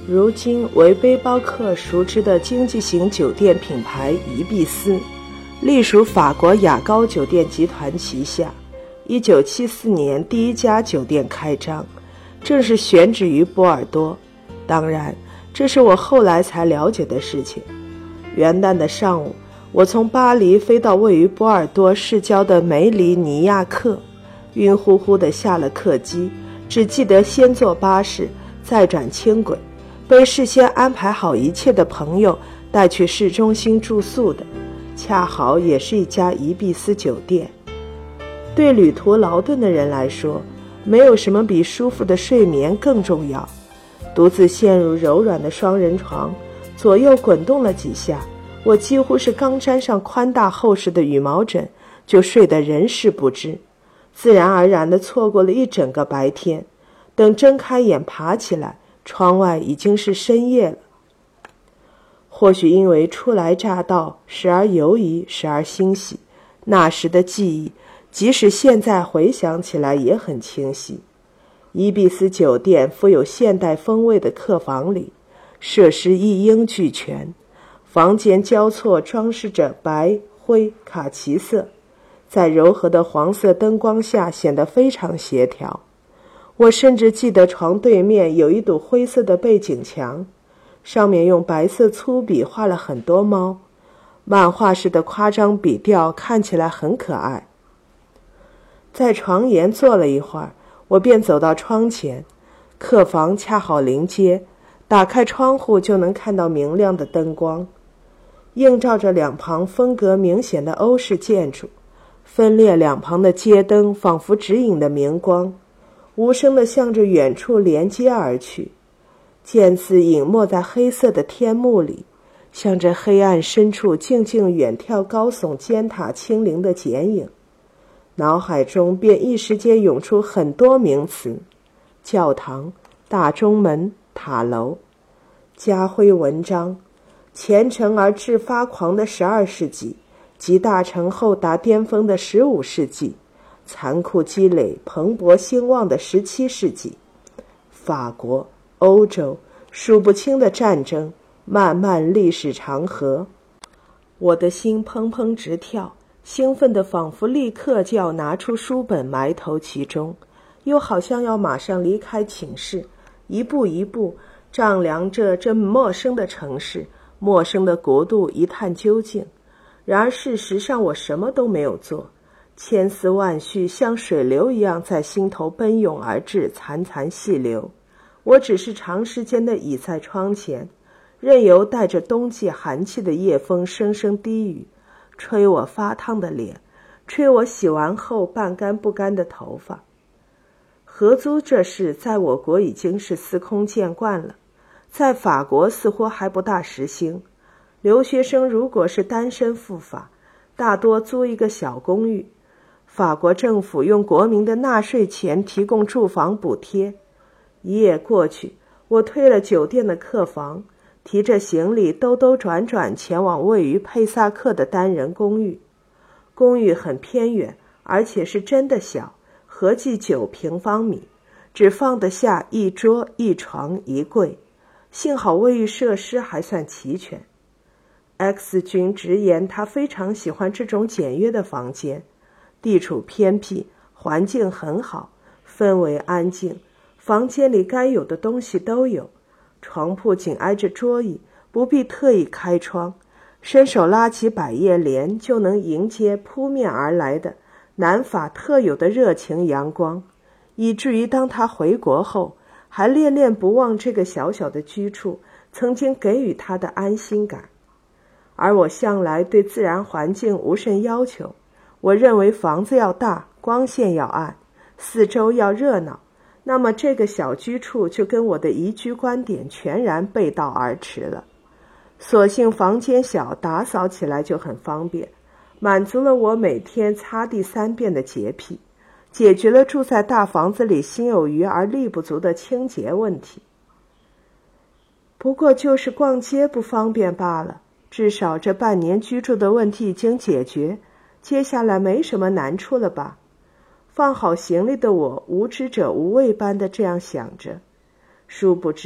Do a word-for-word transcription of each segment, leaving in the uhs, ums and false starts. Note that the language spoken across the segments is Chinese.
如今为背包客熟知的经济型酒店品牌宜碧斯，隶属法国雅高酒店集团旗下。一九七四年第一家酒店开张，正是选址于波尔多。当然，这是我后来才了解的事情。元旦的上午，我从巴黎飞到位于波尔多市郊的梅里尼亚克，晕乎乎地下了客机，只记得先坐巴士，再转轻轨，被事先安排好一切的朋友带去市中心住宿的，恰好也是一家宜碧斯酒店。对旅途劳顿的人来说，没有什么比舒服的睡眠更重要。独自陷入柔软的双人床，左右滚动了几下，我几乎是刚沾上宽大厚实的羽毛枕，就睡得人事不知，自然而然地错过了一整个白天。等睁开眼爬起来，窗外已经是深夜了。或许因为初来乍到，时而犹疑，时而欣喜，那时的记忆即使现在回想起来也很清晰。宜碧斯酒店富有现代风味的客房里，设施一应俱全，房间交错装饰着白、灰、卡其色，在柔和的黄色灯光下显得非常协调。我甚至记得床对面有一堵灰色的背景墙，上面用白色粗笔画了很多猫，漫画式的夸张笔调看起来很可爱。在床沿坐了一会儿，我便走到窗前，客房恰好临街，打开窗户就能看到明亮的灯光，映照着两旁风格明显的欧式建筑，分列两旁的街灯仿佛指引的明光，无声地向着远处连接而去，渐次隐没在黑色的天幕里，向着黑暗深处静静远眺高耸尖塔清灵的剪影。脑海中便一时间涌出很多名词：教堂、大钟门、塔楼、家徽文章、虔诚而至发狂的十二世纪，集大成后达巅峰的十五世纪，残酷积累蓬勃兴旺的十七世纪，法国、欧洲，数不清的战争，漫漫历史长河。我的心砰砰直跳，兴奋得仿佛立刻就要拿出书本埋头其中，又好像要马上离开寝室，一步一步丈量着这陌生的城市、陌生的国度一探究竟。然而事实上我什么都没有做，千丝万绪像水流一样在心头奔涌而至，潺潺细流。我只是长时间地倚在窗前，任由带着冬季寒气的夜风声声低语，吹我发烫的脸，吹我洗完后半干不干的头发。合租这事在我国已经是司空见惯了，在法国似乎还不大实行。留学生如果是单身赴法，大多租一个小公寓，法国政府用国民的纳税钱提供住房补贴。一夜过去，我退了酒店的客房，提着行李兜兜转转前往位于佩萨克的单人公寓。公寓很偏远，而且是真的小，合计九平方米，只放得下一桌一床一柜，幸好卫浴设施还算齐全。X 君直言他非常喜欢这种简约的房间，地处偏僻，环境很好，氛围安静，房间里该有的东西都有，床铺紧挨着桌椅，不必特意开窗，伸手拉起百叶帘就能迎接扑面而来的南法特有的热情阳光，以至于当他回国后，还恋恋不忘这个小小的居处曾经给予他的安心感。而我向来对自然环境无甚要求，我认为房子要大，光线要暗，四周要热闹，那么这个小居处就跟我的宜居观点全然背道而驰了。所幸房间小，打扫起来就很方便，满足了我每天擦地三遍的洁癖，解决了住在大房子里心有余而力不足的清洁问题。不过就是逛街不方便罢了，至少这半年居住的问题已经解决，接下来没什么难处了吧？放好行李的我无知者无畏般的这样想着，殊不知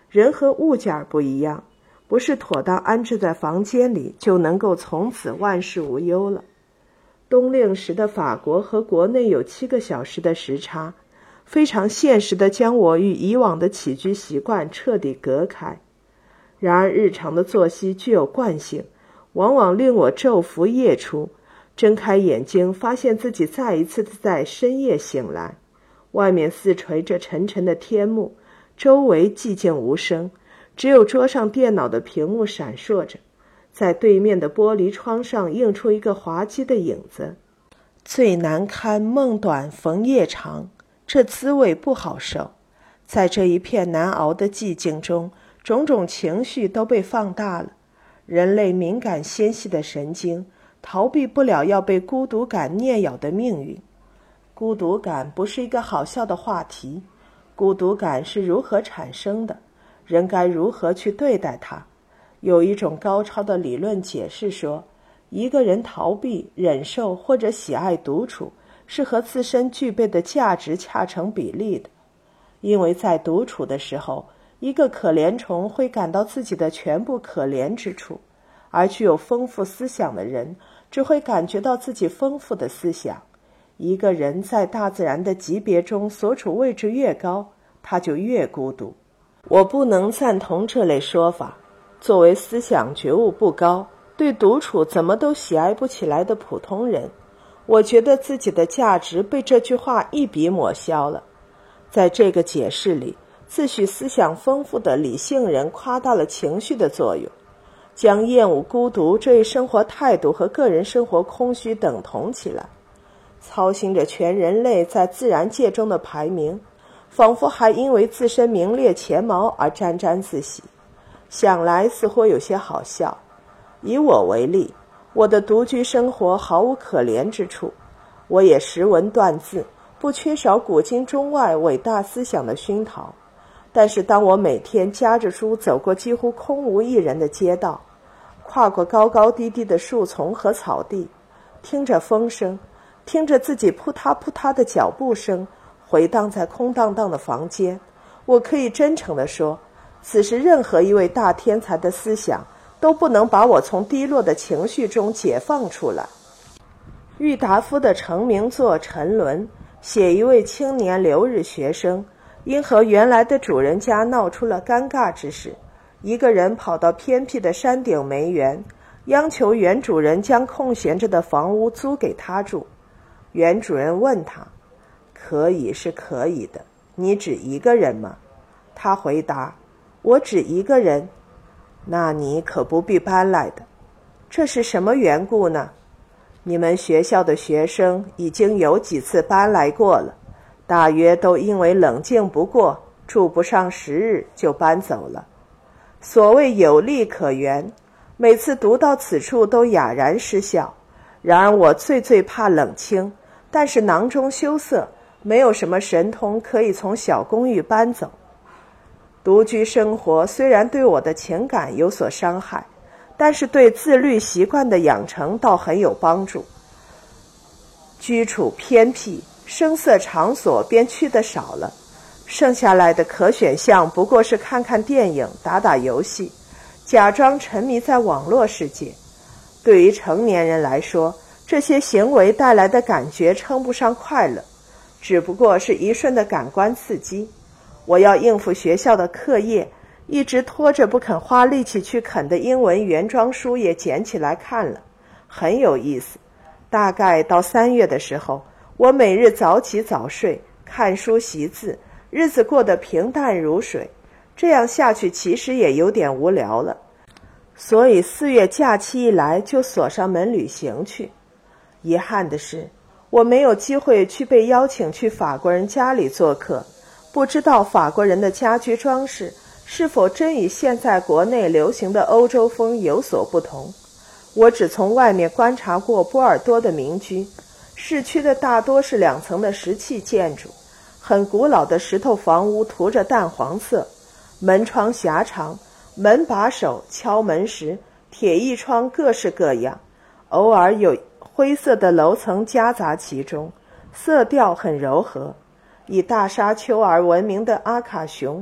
人和物件不一样，不是妥当安置在房间里就能够从此万事无忧了。冬令时的法国和国内有七个小时的时差，非常现实地将我与以往的起居习惯彻底隔开。然而日常的作息具有惯性，往往令我昼伏夜出，睁开眼睛发现自己再一次在深夜醒来。外面似垂着沉沉的天幕，周围寂静无声，只有桌上电脑的屏幕闪烁着，在对面的玻璃窗上映出一个滑稽的影子。最难堪梦短逢夜长，这滋味不好受。在这一片难熬的寂静中，种种情绪都被放大了。人类敏感纤细的神经逃避不了要被孤独感啮咬的命运。孤独感不是一个好笑的话题，孤独感是如何产生的，人该如何去对待它。有一种高超的理论解释说，一个人逃避、忍受或者喜爱独处，是和自身具备的价值恰成比例的。因为在独处的时候，一个可怜虫会感到自己的全部可怜之处，而具有丰富思想的人只会感觉到自己丰富的思想。一个人在大自然的级别中所处位置越高，他就越孤独。我不能赞同这类说法。作为思想觉悟不高，对独处怎么都喜爱不起来的普通人，我觉得自己的价值被这句话一笔抹消了。在这个解释里，自诩思想丰富的理性人夸大了情绪的作用，将厌恶孤独这一生活态度和个人生活空虚等同起来，操心着全人类在自然界中的排名，仿佛还因为自身名列前茅而沾沾自喜，想来似乎有些好笑。以我为例，我的独居生活毫无可怜之处，我也识文断字，不缺少古今中外伟大思想的熏陶。但是当我每天夹着书走过几乎空无一人的街道，跨过高高低低的树丛和草地，听着风声，听着自己扑嗒扑嗒的脚步声回荡在空荡荡的房间，我可以真诚地说，此时任何一位大天才的思想都不能把我从低落的情绪中解放出来。郁达夫的成名作《沉沦》写一位青年留日学生因和原来的主人家闹出了尴尬之事，一个人跑到偏僻的山顶梅园，央求原主人将空闲着的房屋租给他住。原主人问他，可以是可以的，你只一个人吗？他回答，我只一个人。那你可不必搬来的。这是什么缘故呢？你们学校的学生已经有几次搬来过了，大约都因为冷静不过，住不上十日就搬走了。所谓有利可原，每次读到此处都哑然失笑。然而我最最怕冷清，但是囊中羞涩，没有什么神通可以从小公寓搬走。独居生活虽然对我的情感有所伤害，但是对自律习惯的养成倒很有帮助。居处偏僻，声色场所便去得少了，剩下来的可选项不过是看看电影，打打游戏，假装沉迷在网络世界。对于成年人来说，这些行为带来的感觉称不上快乐，只不过是一瞬的感官刺激。我要应付学校的课业，一直拖着不肯花力气去啃的英文原装书也捡起来看了，很有意思。大概到三月的时候，我每日早起早睡，看书习字，日子过得平淡如水。这样下去其实也有点无聊了，所以四月假期一来就锁上门旅行去。遗憾的是，我没有机会去被邀请去法国人家里做客，不知道法国人的家居装饰是否真与现在国内流行的欧洲风有所不同。我只从外面观察过波尔多的民居，市区的大多是两层的石砌建筑，很古老的石头房屋涂着淡黄色，门窗狭长，门把手、敲门石、铁艺窗各式各样，偶尔有灰色的楼层夹杂其中，色调很柔和。以大沙丘而闻名的阿卡雄，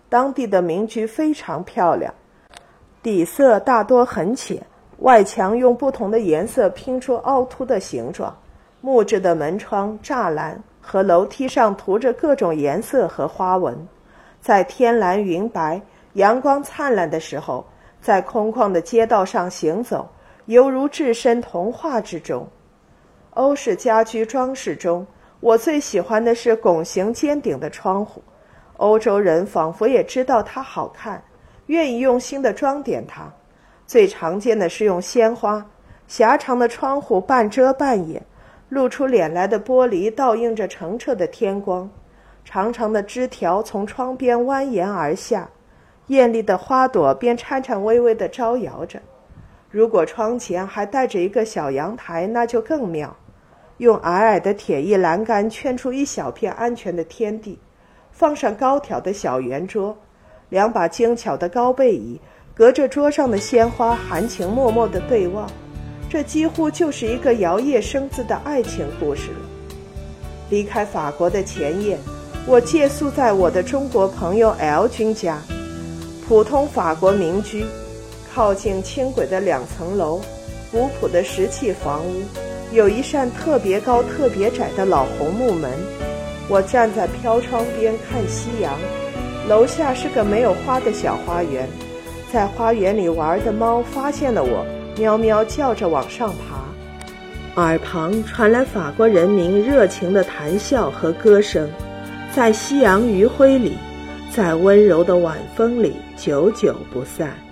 当地的民居非常漂亮，底色大多很浅，外墙用不同的颜色拼出凹凸的形状，木质的门窗、栅栏和楼梯上涂着各种颜色和花纹。在天蓝云白、阳光灿烂的时候，在空旷的街道上行走，犹如置身童话之中。欧式家居装饰中，我最喜欢的是拱形尖顶的窗户。欧洲人仿佛也知道它好看，愿意用心地装点它。最常见的是用鲜花，狭长的窗户半遮半掩，露出脸来的玻璃倒映着澄澈的天光，长长的枝条从窗边蜿蜒而下，艳丽的花朵便颤颤巍巍地招摇着。如果窗前还带着一个小阳台，那就更妙，用矮矮的铁艺栏杆圈出一小片安全的天地，放上高挑的小圆桌，两把精巧的高背椅隔着桌上的鲜花含情脉脉地对望，这几乎就是一个摇曳生姿的爱情故事了。离开法国的前夜，我借宿在我的中国朋友 L 君家，普通法国民居，靠近轻轨的两层楼，古朴的石砌房屋，有一扇特别高特别窄的老红木门。我站在飘窗边看夕阳，楼下是个没有花的小花园，在花园里玩的猫发现了我，喵喵叫着往上爬，耳旁传来法国人民热情的谈笑和歌声，在夕阳余晖里，在温柔的晚风里久久不散。